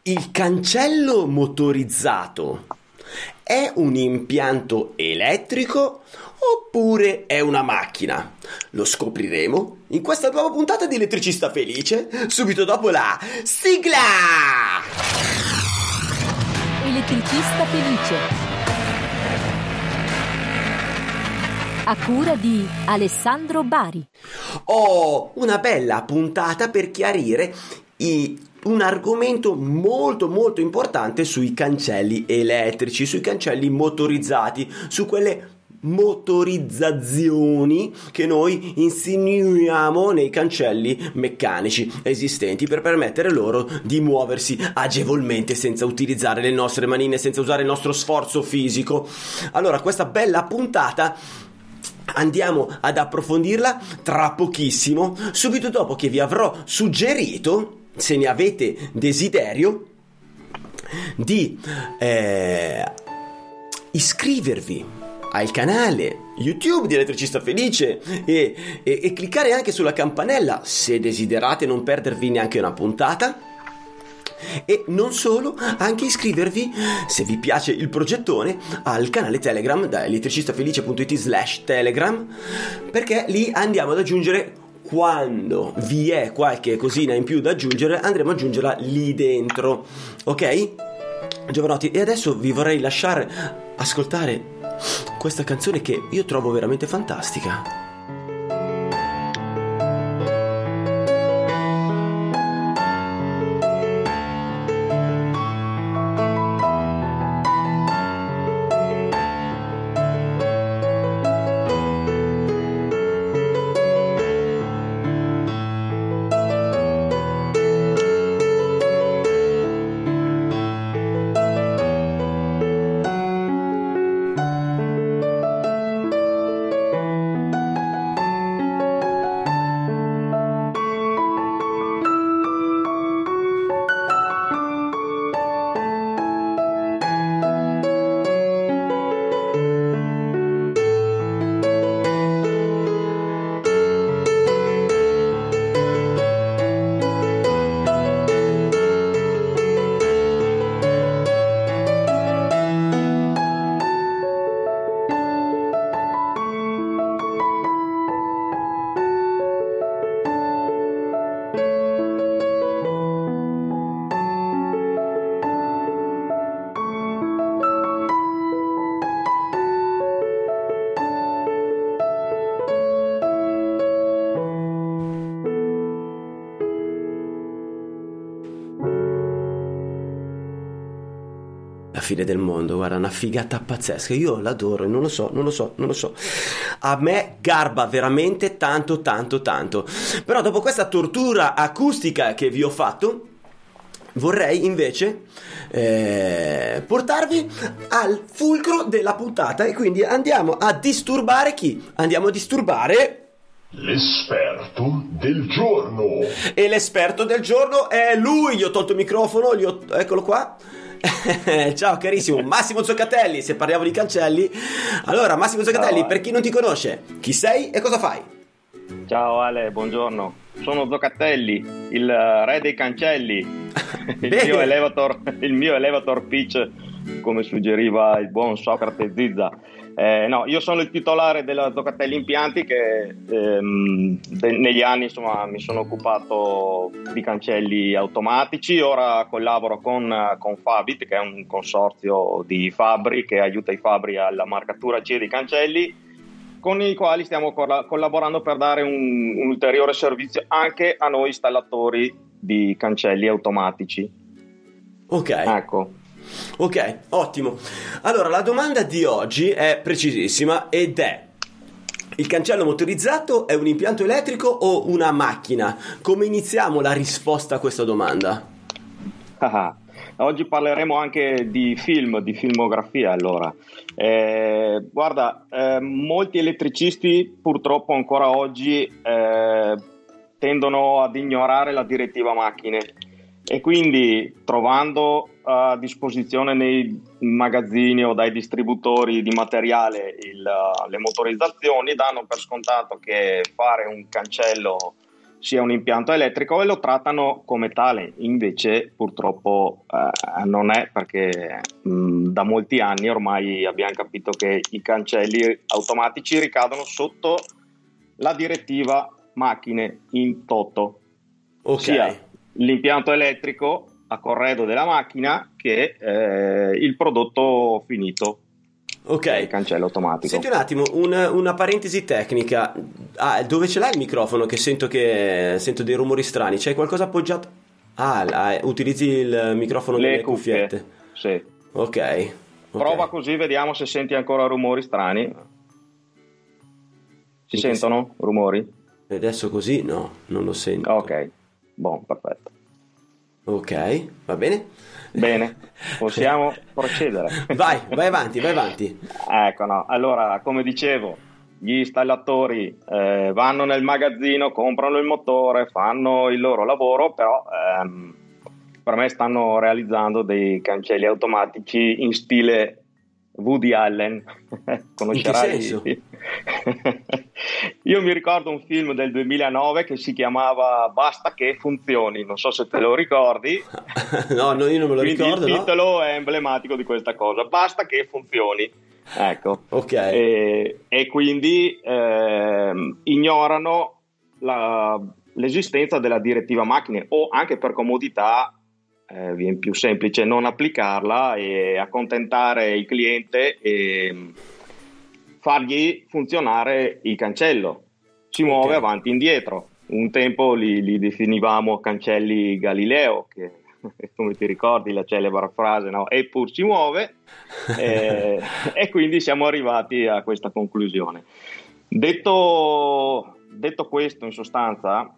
Il cancello motorizzato è un impianto elettrico oppure è una macchina? Lo scopriremo in questa nuova puntata di Elettricista Felice, subito dopo la sigla! Elettricista Felice, a cura di Alessandro Bari. Ho una bella puntata per chiarire un argomento molto molto importante sui cancelli elettrici, sui cancelli motorizzati, su quelle motorizzazioni che noi insinuiamo nei cancelli meccanici esistenti per permettere loro di muoversi agevolmente senza utilizzare le nostre manine, senza usare il nostro sforzo fisico. Allora, questa bella puntata andiamo ad approfondirla tra pochissimo, subito dopo che vi avrò suggerito, se ne avete desiderio, di iscrivervi al canale YouTube di Elettricista Felice e cliccare anche sulla campanella se desiderate non perdervi neanche una puntata. E non solo, anche iscrivervi, se vi piace il progettone, al canale Telegram da elettricistafelice.it/telegram, perché lì andiamo ad aggiungere, quando vi è qualche cosina in più da aggiungere, andremo ad aggiungerla lì dentro, ok? Giovanotti, e adesso vi vorrei lasciare ascoltare questa canzone che io trovo veramente fantastica. Fine del mondo, guarda, una figata pazzesca, io l'adoro, non lo so, a me garba veramente tanto, però dopo questa tortura acustica che vi ho fatto, vorrei invece portarvi al fulcro della puntata, e quindi andiamo a disturbare chi? Andiamo a disturbare l'esperto del giorno. E l'esperto del giorno è lui, gli ho tolto il microfono, eccolo qua. Ciao carissimo Massimo Zoccatelli. Se parliamo di cancelli, allora Massimo Zoccatelli, per chi non ti conosce, chi sei e cosa fai? Ciao Ale, buongiorno. Sono Zoccatelli, il re dei cancelli. il mio elevator pitch, come suggeriva il buon Socrate Zizza. No, io sono il titolare della Zoccatelli Impianti, che negli anni insomma mi sono occupato di cancelli automatici. Ora collaboro con Fabit, che è un consorzio di fabbri che aiuta i fabbri alla marcatura CE dei cancelli, con i quali stiamo collaborando per dare un ulteriore servizio anche a noi installatori di cancelli automatici. Ok. Ecco. Ok, ottimo. Allora, la domanda di oggi è precisissima ed è: il cancello motorizzato è un impianto elettrico o una macchina? Come iniziamo la risposta a questa domanda? Oggi parleremo anche di filmografia, allora. Guarda, molti elettricisti purtroppo ancora oggi tendono ad ignorare la direttiva macchine, e quindi trovando a disposizione nei magazzini o dai distributori di materiale le motorizzazioni, danno per scontato che fare un cancello sia un impianto elettrico e lo trattano come tale. Invece purtroppo non è, perché da molti anni ormai abbiamo capito che i cancelli automatici ricadono sotto la direttiva macchine in toto, sia l'impianto elettrico a corredo della macchina che il prodotto finito. Ok, il cancello automatico. Senti un attimo, una parentesi tecnica. Dove ce l'hai il microfono? Che sento dei rumori strani. C'hai qualcosa appoggiato? Utilizzi il microfono delle cuffiette? Sì. Ok. Prova così, vediamo se senti ancora rumori strani. Si sentono rumori? Adesso così no, non lo sento. Ok, perfetto. Ok, va bene? Bene, possiamo procedere. Vai avanti. Ecco, no. Allora, come dicevo, gli installatori vanno nel magazzino, comprano il motore, fanno il loro lavoro, però per me stanno realizzando dei cancelli automatici in stile Woody Allen. Conoscerai? In che senso? Io mi ricordo un film del 2009 che si chiamava Basta che funzioni, non so se te lo ricordi. No, io non me lo ricordo. Il titolo è emblematico di questa cosa, basta che funzioni. Ecco. Ok. E quindi ignorano l'esistenza della direttiva macchine, o anche per comodità viene più semplice non applicarla e accontentare il cliente e fargli funzionare il cancello. Si muove avanti e indietro. Un tempo li definivamo cancelli Galileo, che come ti ricordi la celebre frase, no? Eppur si muove. E quindi siamo arrivati a questa conclusione. Detto questo, in sostanza,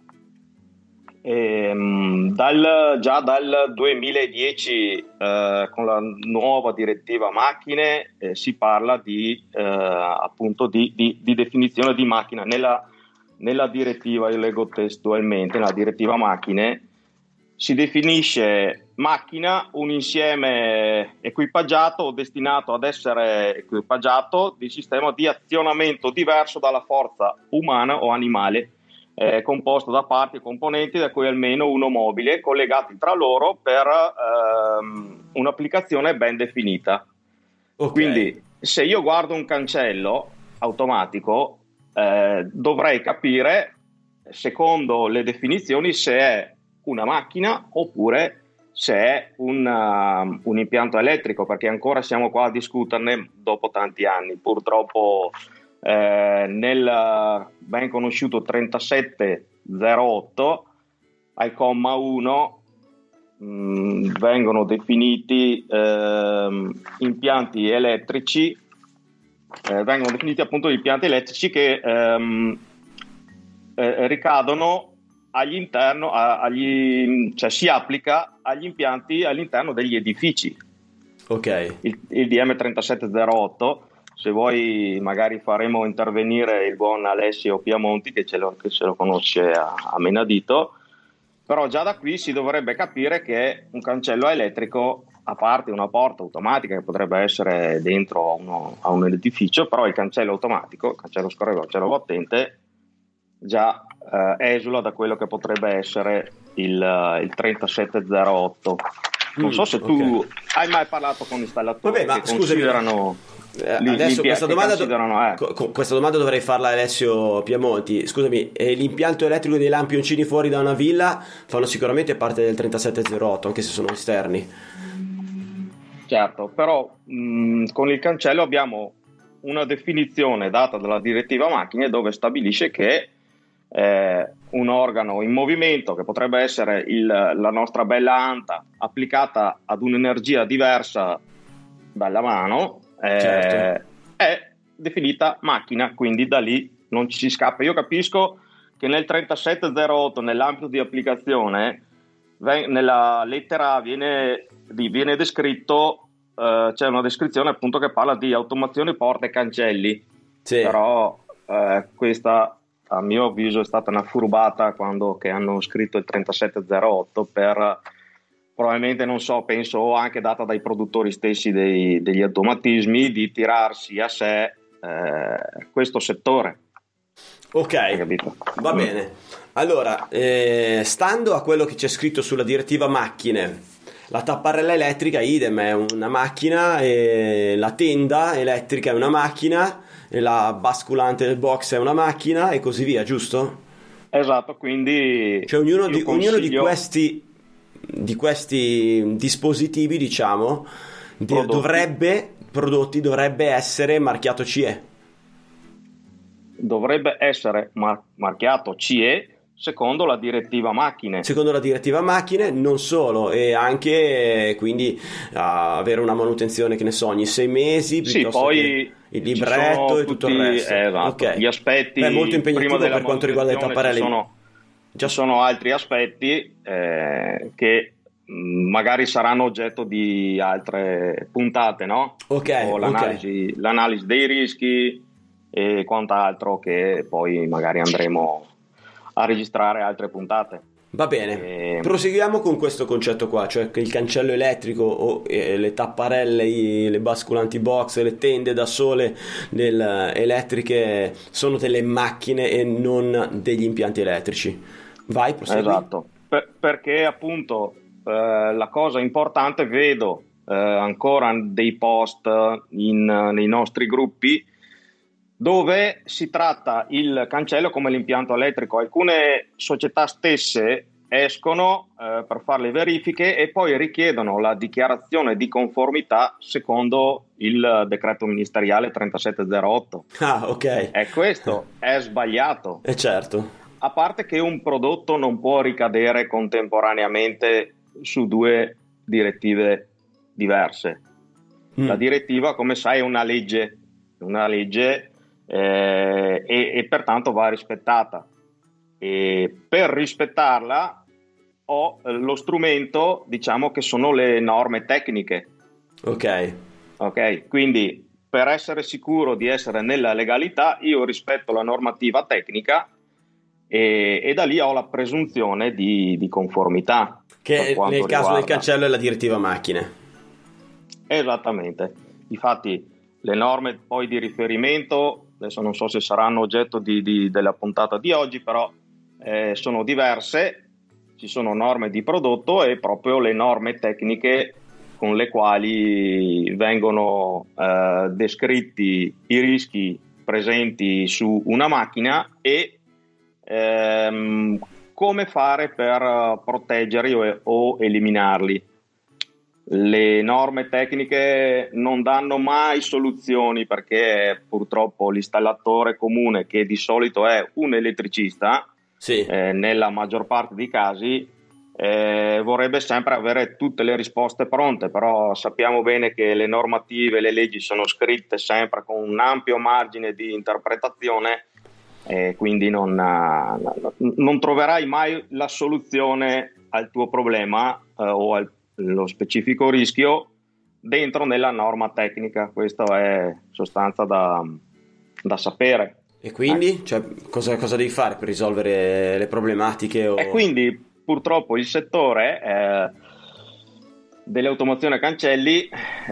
già dal 2010 con la nuova direttiva macchine si parla appunto di definizione di macchina. Nella direttiva, io leggo testualmente, nella direttiva macchine si definisce macchina un insieme equipaggiato o destinato ad essere equipaggiato di sistema di azionamento diverso dalla forza umana o animale, composto da parti e componenti, da cui almeno uno mobile, collegati tra loro per un'applicazione ben definita. Quindi se io guardo un cancello automatico dovrei capire, secondo le definizioni, se è una macchina oppure se è un impianto elettrico, perché ancora siamo qua a discuterne dopo tanti anni. Purtroppo nel ben conosciuto 3708 al comma 1 vengono definiti impianti elettrici, vengono definiti appunto gli impianti elettrici che ricadono all'interno, cioè si applica agli impianti all'interno degli edifici. Ok. Il DM 3708, se vuoi magari faremo intervenire il buon Alessio Piamonti che se lo conosce a menadito, però già da qui si dovrebbe capire che un cancello elettrico, a parte una porta automatica che potrebbe essere dentro a un edificio, però il cancello automatico, il cancello scorrevole, il cancello battente già esula da quello che potrebbe essere il 3708. Non so se tu hai mai parlato con installatori che considerano adesso questa domanda dovrei farla a Alessio Piamonti. Scusami, l'impianto elettrico dei lampioncini fuori da una villa fanno sicuramente parte del 3708, anche se sono esterni. Certo, però con il cancello abbiamo una definizione data dalla direttiva macchine dove stabilisce che un organo in movimento, che potrebbe essere la nostra bella anta applicata ad un'energia diversa dalla mano, è definita macchina, quindi da lì non ci si scappa. Io capisco che nel 3708 nell'ambito di applicazione nella lettera A viene descritto, c'è una descrizione appunto che parla di automazione porte e cancelli, però questa a mio avviso è stata una furbata che hanno scritto il 3708 per probabilmente, non so, penso anche data dai produttori stessi degli automatismi, di tirarsi a sé questo settore. Ok, hai capito? va bene. Allora, stando a quello che c'è scritto sulla direttiva macchine, la tapparella elettrica idem è una macchina, e la tenda elettrica è una macchina, e la basculante del box è una macchina e così via, giusto? Esatto, quindi Cioè ognuno io ognuno di consiglio questi dispositivi, diciamo, prodotti. dovrebbe essere marchiato CE. Dovrebbe essere marchiato CE secondo la direttiva macchine. Secondo la direttiva macchine, non solo, e anche quindi avere una manutenzione, che ne so, ogni 6 mesi, Sì, piuttosto poi che il ci libretto sono e tutto il tutti, resto. esatto, Ok. gli aspetti. Beh, molto prima impegnativo della per quanto riguarda le manutenzione tapparelle. ci sono altri aspetti che magari saranno oggetto di altre puntate, no? Ok, O l'analisi dei rischi e quant'altro, che poi magari andremo a registrare altre puntate. Va bene, proseguiamo con questo concetto qua, cioè che il cancello elettrico o le tapparelle, le basculanti box, le tende da sole elettriche sono delle macchine e non degli impianti electrici. Vai, prosegui. Esatto, perché appunto la cosa importante, vedo ancora dei post nei nostri gruppi dove si tratta il cancello come l'impianto elettrico. Alcune società stesse escono per fare le verifiche e poi richiedono la dichiarazione di conformità secondo il decreto ministeriale 3708. Ah, ok. E questo è sbagliato. Certo. A parte che un prodotto non può ricadere contemporaneamente su due direttive diverse. La direttiva, come sai, è una legge e pertanto va rispettata, e per rispettarla ho lo strumento, diciamo, che sono le norme tecniche. Ok, quindi per essere sicuro di essere nella legalità io rispetto la normativa tecnica e da lì ho la presunzione di conformità, che nel caso del cancello è la direttiva macchine. Esattamente. Infatti le norme poi di riferimento, adesso non so se saranno oggetto della puntata di oggi, però sono diverse. Ci sono norme di prodotto e proprio le norme tecniche con le quali vengono descritti i rischi presenti su una macchina e come fare per proteggerli o eliminarli. Le norme tecniche non danno mai soluzioni, perché purtroppo l'installatore comune, che di solito è un elettricista, sì, nella maggior parte dei casi vorrebbe sempre avere tutte le risposte pronte, però sappiamo bene che le normative, le leggi sono scritte sempre con un ampio margine di interpretazione, quindi non troverai mai la soluzione al tuo problema o allo specifico rischio dentro nella norma tecnica. Questo è sostanza da sapere. E quindi cioè, cosa devi fare per risolvere le problematiche? E quindi purtroppo il settore delle automazioni a cancelli,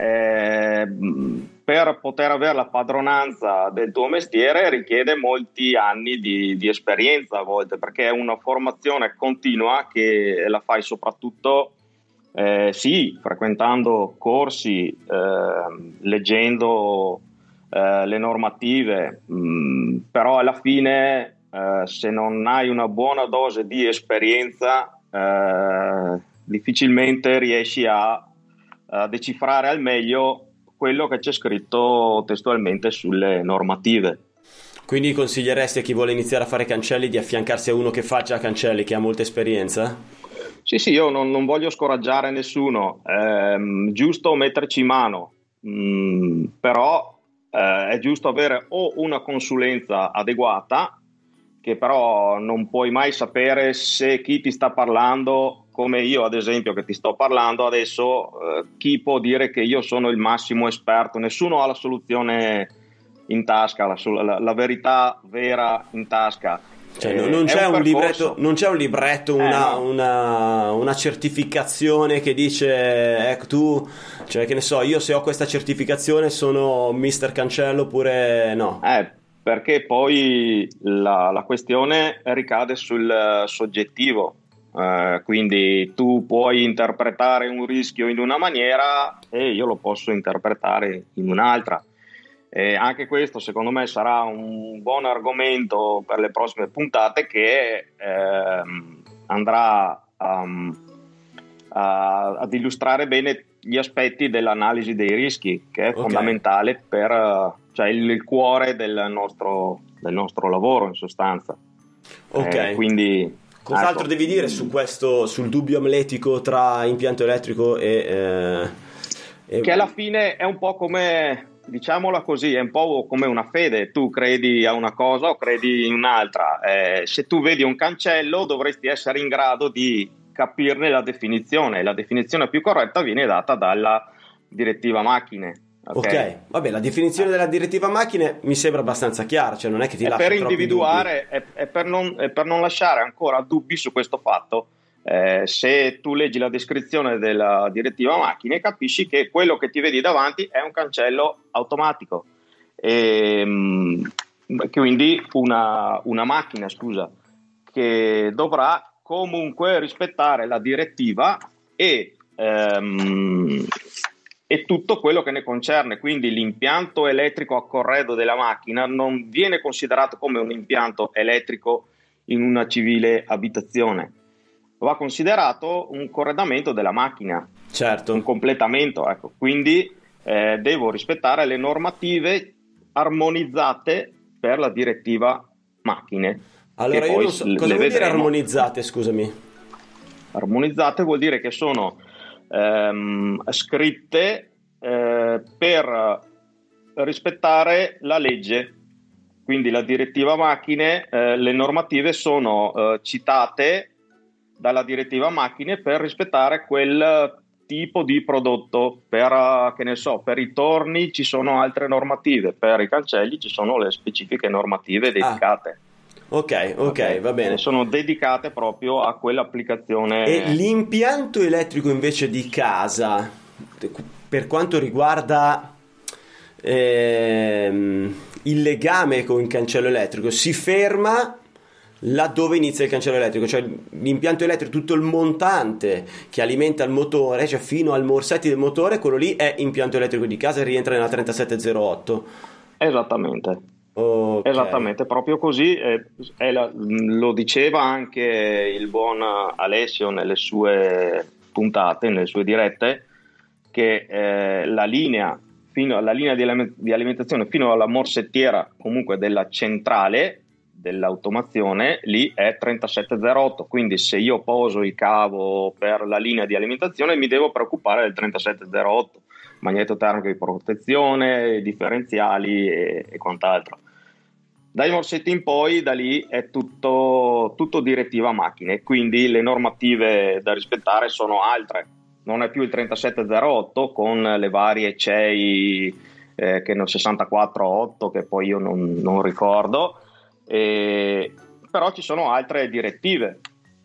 per poter avere la padronanza del tuo mestiere, richiede molti anni di esperienza a volte, perché è una formazione continua che la fai soprattutto sì, frequentando corsi, leggendo le normative, però alla fine se non hai una buona dose di esperienza difficilmente riesci a decifrare al meglio quello che c'è scritto testualmente sulle normative. Quindi consiglieresti a chi vuole iniziare a fare cancelli di affiancarsi a uno che faccia cancelli, che ha molta esperienza? Sì, io non voglio scoraggiare nessuno, giusto metterci mano, però è giusto avere o una consulenza adeguata, che però non puoi mai sapere se chi ti sta parlando, come io ad esempio che ti sto parlando adesso, chi può dire che io sono il massimo esperto. Nessuno ha la soluzione in tasca, la verità vera in tasca. Cioè, non c'è un libretto, una certificazione che dice ecco tu, cioè che ne so, io se ho questa certificazione sono Mister Cancello, oppure no. perché poi la questione ricade sul soggettivo. Quindi tu puoi interpretare un rischio in una maniera e io lo posso interpretare in un'altra. Anche questo secondo me sarà un buon argomento per le prossime puntate, che andrà ad illustrare bene gli aspetti dell'analisi dei rischi, che è fondamentale per cioè il cuore del nostro lavoro, in sostanza. Quindi cos'altro devi dire su questo, sul dubbio amletico tra impianto elettrico e che alla fine è un po' come, diciamola così, è un po' come una fede. Tu credi a una cosa o credi in un'altra. Se tu vedi un cancello dovresti essere in grado di capirne la definizione. La definizione più corretta viene data dalla direttiva macchine. Ok, vabbè, la definizione della direttiva macchine mi sembra abbastanza chiara, cioè non è che ti lascia per troppi individuare e per non lasciare ancora dubbi su questo fatto. Se tu leggi la descrizione della direttiva macchine capisci che quello che ti vedi davanti è un cancello automatico, quindi una macchina, che dovrà comunque rispettare la direttiva e tutto quello che ne concerne. Quindi l'impianto elettrico a corredo della macchina non viene considerato come un impianto elettrico in una civile abitazione, va considerato un corredamento della macchina, certo, un completamento, ecco. Quindi devo rispettare le normative armonizzate per la direttiva macchine. Allora io non so cosa vuol dire armonizzate, scusami. Armonizzate vuol dire che sono scritte per rispettare la legge. Quindi la direttiva macchine, le normative sono citate dalla direttiva macchine per rispettare quel tipo di prodotto. Per per i torni ci sono altre normative, per i cancelli ci sono le specifiche normative dedicate. Ok, va bene. Sono dedicate proprio a quell'applicazione. E l'impianto elettrico invece di casa, per quanto riguarda il legame con il cancello elettrico, si ferma laddove inizia il cancello elettrico, cioè l'impianto elettrico, tutto il montante che alimenta il motore, cioè fino al morsetti del motore, quello lì è impianto elettrico di casa e rientra nella 3708. Esattamente. Esattamente, proprio così. Lo diceva anche il buon Alessio nelle sue puntate, nelle sue dirette, che la linea di alimentazione fino alla morsettiera comunque della centrale dell'automazione lì è 3708, quindi se io poso il cavo per la linea di alimentazione mi devo preoccupare del 3708, magneto termico di protezione, differenziali e quant'altro. Dai morsetti in poi, da lì è tutto direttiva macchine, quindi le normative da rispettare sono altre. Non è più il 3708 con le varie CEI che nel 64.8 che poi io non ricordo, però ci sono altre direttive,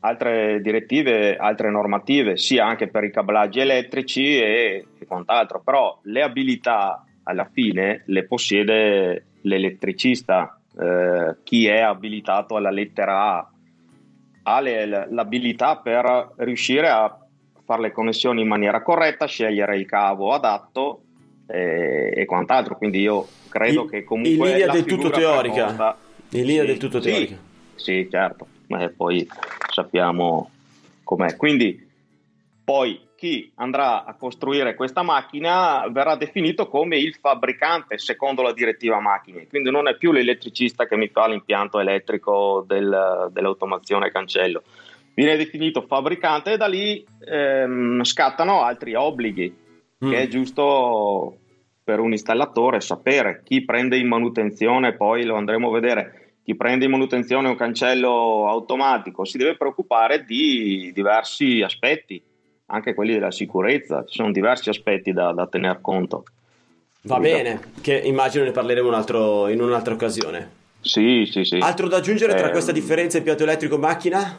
altre normative, sia anche per i cablaggi elettrici e quant'altro, però le abilità alla fine le possiede l'elettricista. Chi è abilitato alla lettera A ha l'abilità per riuscire a fare le connessioni in maniera corretta, scegliere il cavo adatto e quant'altro. Quindi io credo che comunque in linea la del tutto teorica proposta, in linea del tutto teorica, sì, certo, ma poi sappiamo com'è. Quindi poi chi andrà a costruire questa macchina verrà definito come il fabbricante secondo la direttiva macchine, quindi non è più l'elettricista che mi fa l'impianto elettrico dell'automazione cancello, viene definito fabbricante e da lì scattano altri obblighi che è giusto per un installatore sapere. Chi prende in manutenzione, poi lo andremo a vedere, chi prende in manutenzione un cancello automatico si deve preoccupare di diversi aspetti, anche quelli della sicurezza. Ci sono diversi aspetti da tener conto. Va bene, che immagino ne parleremo in un'altra occasione. Sì. Altro da aggiungere tra questa differenza impianto elettrico macchina?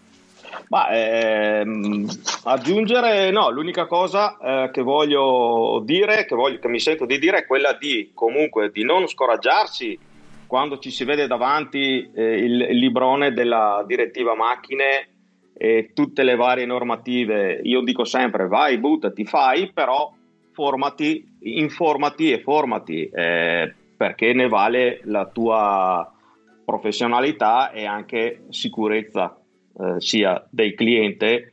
Aggiungere no, l'unica cosa che voglio dire, che mi sento di dire, è quella di comunque di non scoraggiarsi quando ci si vede davanti il librone della direttiva macchine e tutte le varie normative, io dico sempre vai, buttati, fai, però informati e formati, perché ne vale la tua professionalità e anche sicurezza sia del cliente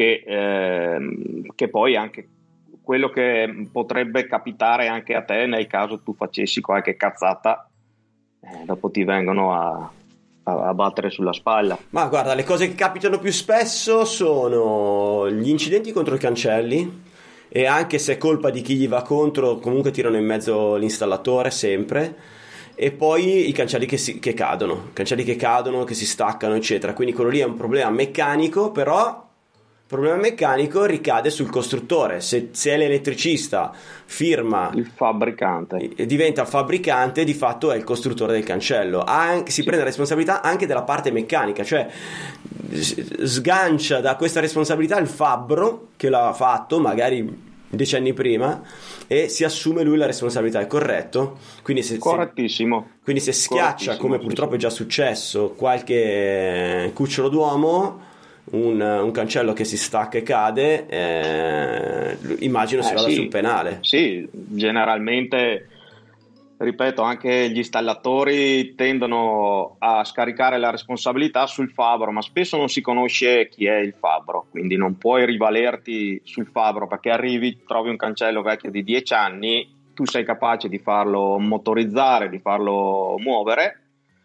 che poi anche quello che potrebbe capitare anche a te nel caso tu facessi qualche cazzata, dopo ti vengono a battere sulla spalla. Ma guarda, le cose che capitano più spesso sono gli incidenti contro i cancelli, e anche se è colpa di chi gli va contro, comunque tirano in mezzo l'installatore sempre, e poi i cancelli che cadono, che si staccano, eccetera. Quindi quello lì è un problema meccanico, però il problema meccanico ricade sul costruttore. Se è l'elettricista, firma il fabbricante, diventa il fabbricante, di fatto è il costruttore del cancello. Si prende la responsabilità anche della parte meccanica, cioè sgancia da questa responsabilità il fabbro che l'ha fatto magari decenni prima, e si assume lui la responsabilità. È corretto? Quindi correttissimo. Quindi se schiaccia, come purtroppo è già successo, qualche cucciolo d'uomo, un cancello che si stacca e cade, immagino si vada sul penale. Sì, generalmente, ripeto, anche gli installatori tendono a scaricare la responsabilità sul fabbro, ma spesso non si conosce chi è il fabbro, quindi non puoi rivalerti sul fabbro, perché arrivi, trovi un cancello vecchio di 10 anni, tu sei capace di farlo motorizzare, di farlo muovere,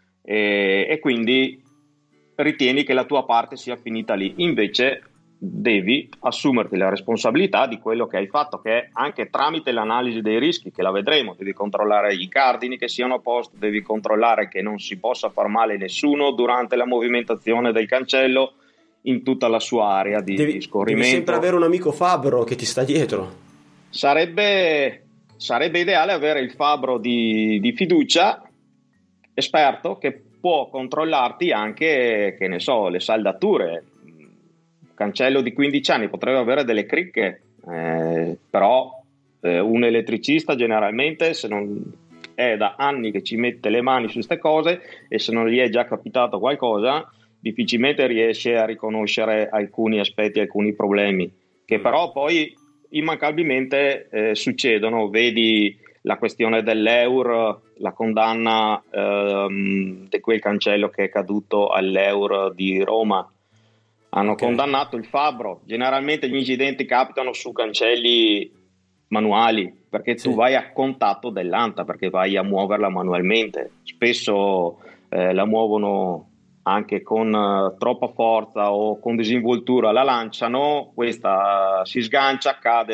e quindi ritieni che la tua parte sia finita lì. Invece devi assumerti la responsabilità di quello che hai fatto, che è anche tramite l'analisi dei rischi, che la vedremo. Devi controllare i cardini che siano a posto, devi controllare che non si possa far male nessuno durante la movimentazione del cancello in tutta la sua area di scorrimento. Devi sempre avere un amico fabbro che ti sta dietro. Sarebbe ideale avere il fabbro di fiducia, esperto, che può controllarti anche, che ne so, le saldature. Un cancello di 15 anni potrebbe avere delle cricche, però un elettricista generalmente, se non è da anni che ci mette le mani su queste cose, e se non gli è già capitato qualcosa, difficilmente riesce a riconoscere alcuni aspetti, alcuni problemi, che però poi immancabilmente succedono. Vedi la questione dell'EUR, la condanna di quel cancello che è caduto all'EUR di Roma. Hanno condannato il fabbro. Generalmente gli incidenti capitano su cancelli manuali, perché tu vai a contatto dell'anta, perché vai a muoverla manualmente. Spesso la muovono anche con troppa forza o con disinvoltura, la lanciano, questa si sgancia, cade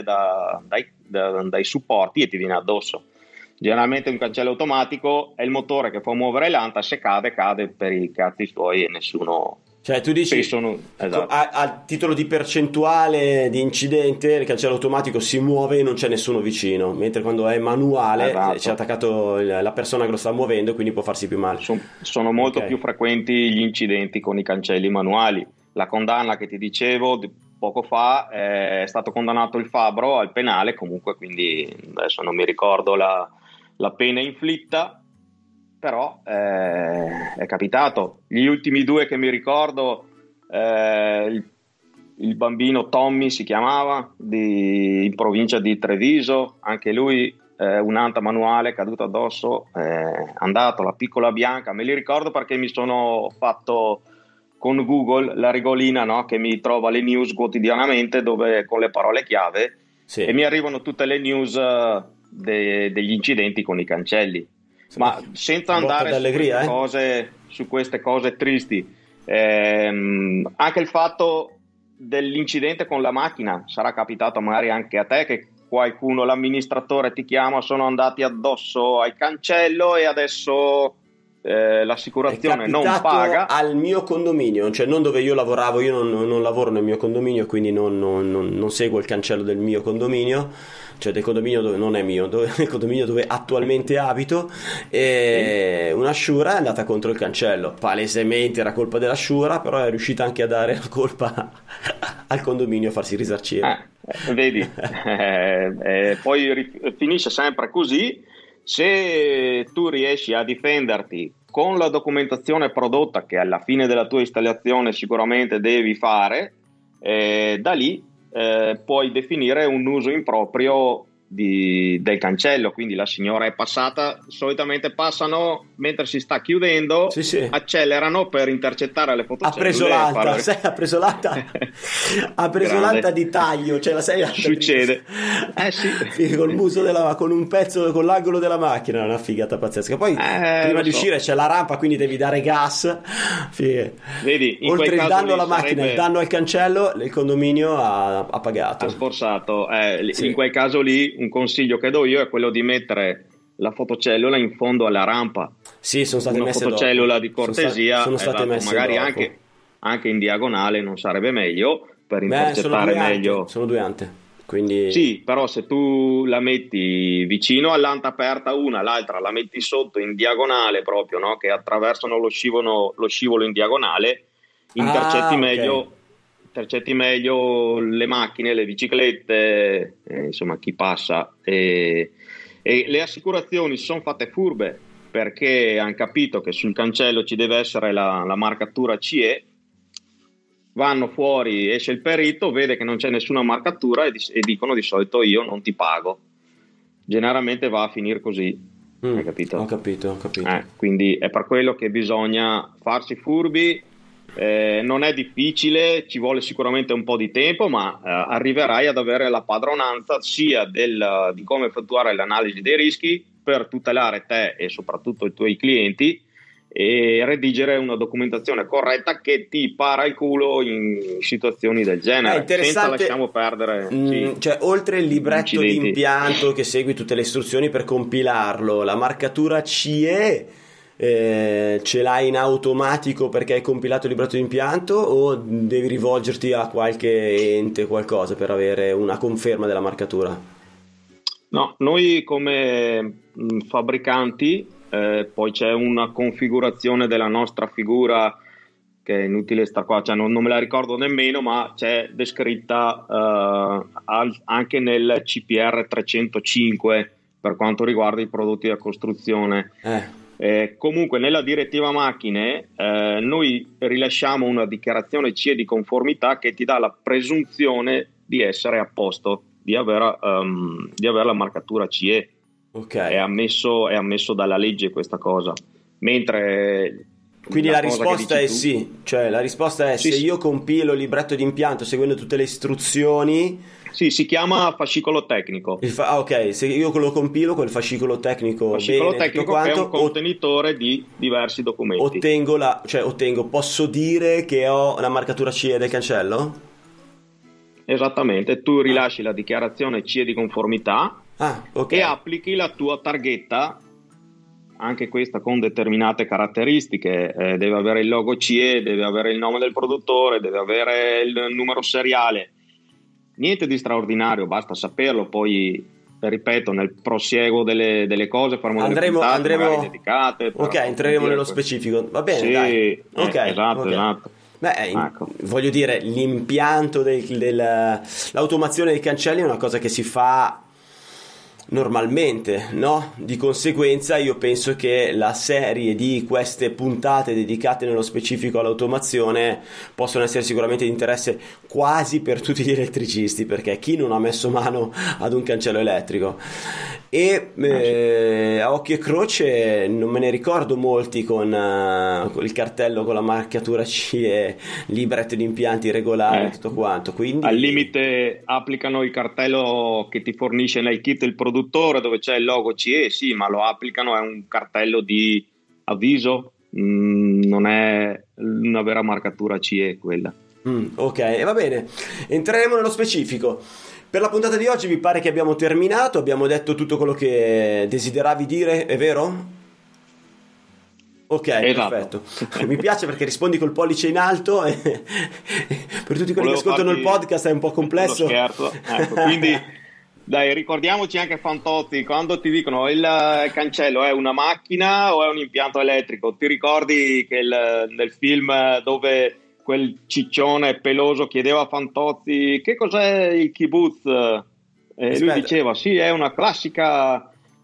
dai supporti e ti viene addosso. Generalmente un cancello automatico è il motore che fa muovere l'anta, se cade per i cazzi suoi e nessuno. Cioè tu dici esatto. a titolo di percentuale di incidente il cancello automatico si muove e non c'è nessuno vicino, mentre quando è manuale c'è attaccato la persona che lo sta muovendo, quindi può farsi più male. Sono molto più frequenti gli incidenti con i cancelli manuali. La condanna che ti dicevo poco fa, è stato condannato il fabbro al penale comunque, quindi adesso non mi ricordo la pena inflitta, però è capitato. Gli ultimi due che mi ricordo, il bambino Tommy si chiamava, in provincia di Treviso, anche lui un'anta manuale caduto addosso, andato, la piccola bianca, me li ricordo perché mi sono fatto con Google la regolina, no? Che mi trova le news quotidianamente, dove con le parole chiave e mi arrivano tutte le news degli incidenti con i cancelli. Ma senza andare su queste cose tristi, anche il fatto dell'incidente con la macchina, sarà capitato magari anche a te che qualcuno, l'amministratore ti chiama, sono andati addosso al cancello e adesso l'assicurazione non paga. Al mio condominio, cioè non dove io lavoravo, io non lavoro nel mio condominio, quindi non seguo il cancello del mio condominio, cioè del condominio dove non è mio, del condominio dove attualmente abito, e una Shura è andata contro il cancello, palesemente era colpa della Shura, però è riuscita anche a dare la colpa al condominio, a farsi risarcire. Vedi, poi finisce sempre così. Se tu riesci a difenderti con la documentazione prodotta che alla fine della tua installazione sicuramente devi fare, da lì puoi definire un uso improprio del cancello. Quindi la signora è passata, solitamente passano mentre si sta chiudendo, Sì. accelerano per intercettare le fotocellule. Ha preso l'alta di taglio, cioè la sei alta. Succede. Sì. Col muso con un pezzo, con l'angolo della macchina, è una figata pazzesca. Poi prima di uscire c'è la rampa, quindi devi dare gas. Vedi, oltre il danno alla macchina, il danno al cancello, il condominio ha pagato. Ha sforzato. Sì. In quel caso lì un consiglio che do io è quello di mettere la fotocellula in fondo alla rampa. Sì, sono state messe dopo. Una fotocellula di cortesia, sono state messe magari dopo. Anche in diagonale non sarebbe meglio per intercettare meglio. Sono due ante, quindi sì, però se tu la metti vicino all'anta aperta una, l'altra la metti sotto in diagonale proprio, no? Che attraversano lo scivolo in diagonale, intercetti meglio. Intercetti meglio le macchine, le biciclette, insomma chi passa, e le assicurazioni sono fatte furbe perché hanno capito che sul cancello ci deve essere la marcatura CE. Vanno fuori, esce il perito, vede che non c'è nessuna marcatura e dicono di solito io non ti pago. Generalmente va a finire così. Hai capito? Ho capito. Quindi è per quello che bisogna farsi furbi. Non è difficile, ci vuole sicuramente un po' di tempo, ma arriverai ad avere la padronanza sia di come effettuare l'analisi dei rischi per tutelare te e soprattutto i tuoi clienti, e redigere una documentazione corretta che ti para il culo in situazioni del genere, senza lasciamo perdere cioè oltre il libretto di impianto che segui tutte le istruzioni per compilarlo, la marcatura CE ce l'hai in automatico perché hai compilato il libretto di impianto, o devi rivolgerti a qualche ente, qualcosa, per avere una conferma della marcatura? No, noi come fabbricanti poi c'è una configurazione della nostra figura che è inutile star qua, cioè non me la ricordo nemmeno, ma c'è descritta anche nel CPR 305 per quanto riguarda i prodotti da costruzione. Comunque nella direttiva macchine noi rilasciamo una dichiarazione CE di conformità che ti dà la presunzione di essere a posto, di avere la marcatura CE. Okay. È ammesso dalla legge questa cosa, mentre quindi la risposta è sì, cioè la risposta è se io compilo il libretto di impianto seguendo tutte le istruzioni. Sì, si chiama fascicolo tecnico. Ok, se io lo compilo quel fascicolo tecnico, tecnico che è un contenitore di diversi documenti. Posso dire che ho la marcatura CE del cancello? Esattamente, tu rilasci la dichiarazione CE di conformità e applichi la tua targhetta, anche questa con determinate caratteristiche, deve avere il logo CE, deve avere il nome del produttore, deve avere il numero seriale. Niente di straordinario, basta saperlo. Poi ripeto, nel prosieguo delle cose faremo delle puntate dedicate. Ok, entreremo nello specifico, va bene, dai. Esatto. Ecco. Voglio dire, l'impianto l'automazione dei cancelli è una cosa che si fa normalmente, no? Di conseguenza io penso che la serie di queste puntate dedicate nello specifico all'automazione possono essere sicuramente di interesse quasi per tutti gli elettricisti, perché chi non ha messo mano ad un cancello elettrico? E a occhio e croce non me ne ricordo molti con il cartello con la marcatura CE, libretto di impianti regolare, tutto quanto. Quindi al limite applicano il cartello che ti fornisce nel kit il produttore, dove c'è il logo CE, sì, ma lo applicano, è un cartello di avviso, non è una vera marcatura CE quella. Ok, va bene, entreremo nello specifico. Per la puntata di oggi mi pare che abbiamo terminato, abbiamo detto tutto quello che desideravi dire, è vero? Ok, esatto. Perfetto. Mi piace perché rispondi col pollice in alto e per tutti quelli che ascoltano il podcast è un po' complesso. Scherzo. Ecco, quindi dai, ricordiamoci anche, Fantozzi, quando ti dicono il cancello è una macchina o è un impianto elettrico, ti ricordi che nel film dove quel ciccione peloso chiedeva a Fantozzi che cos'è il kibbutz, e lui diceva sì, è una classica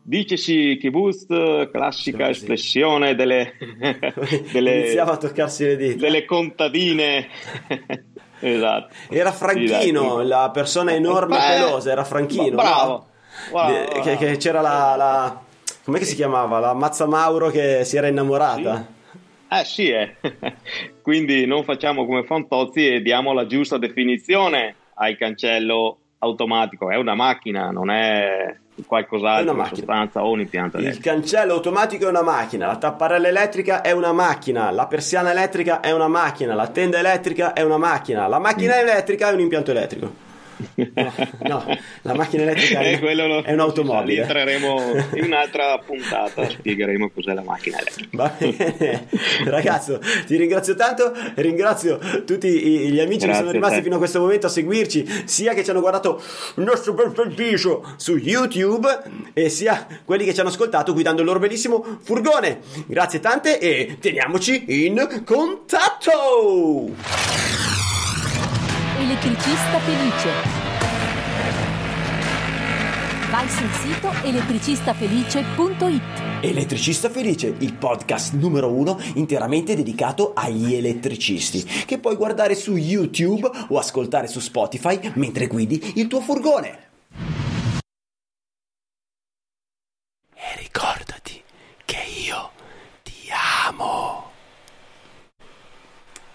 Dicesi Kibbutz, classica espressione delle iniziava a toccarsi le dita, delle contadine. Esatto. Era Franchino, la persona enorme e pelosa, era Franchino, bravo, no? Che c'era la com'è che si chiamava? La Mazza Mauro che si era innamorata. Sì. Quindi non facciamo come Fantozzi e diamo la giusta definizione al cancello automatico. È una macchina, non è qualcos'altro, una sostanza o un impianto elettrico. Il cancello automatico è una macchina, la tapparella elettrica è una macchina, la persiana elettrica è una macchina, la tenda elettrica è una macchina, la macchina elettrica è un impianto elettrico. No, la macchina elettrica è un'automobile. Entreremo in un'altra puntata, spiegheremo cos'è la macchina elettrica. Va bene, ragazzo, ti ringrazio tanto, ringrazio tutti gli amici che sono rimasti fino a questo momento a seguirci, sia che ci hanno guardato il nostro bel viso su YouTube e sia quelli che ci hanno ascoltato guidando il loro bellissimo furgone. Grazie tante e teniamoci in contatto. Elettricista felice. Vai sul sito elettricistafelice.it. Elettricista Felice, il podcast numero 1 interamente dedicato agli elettricisti, che puoi guardare su YouTube o ascoltare su Spotify mentre guidi il tuo furgone.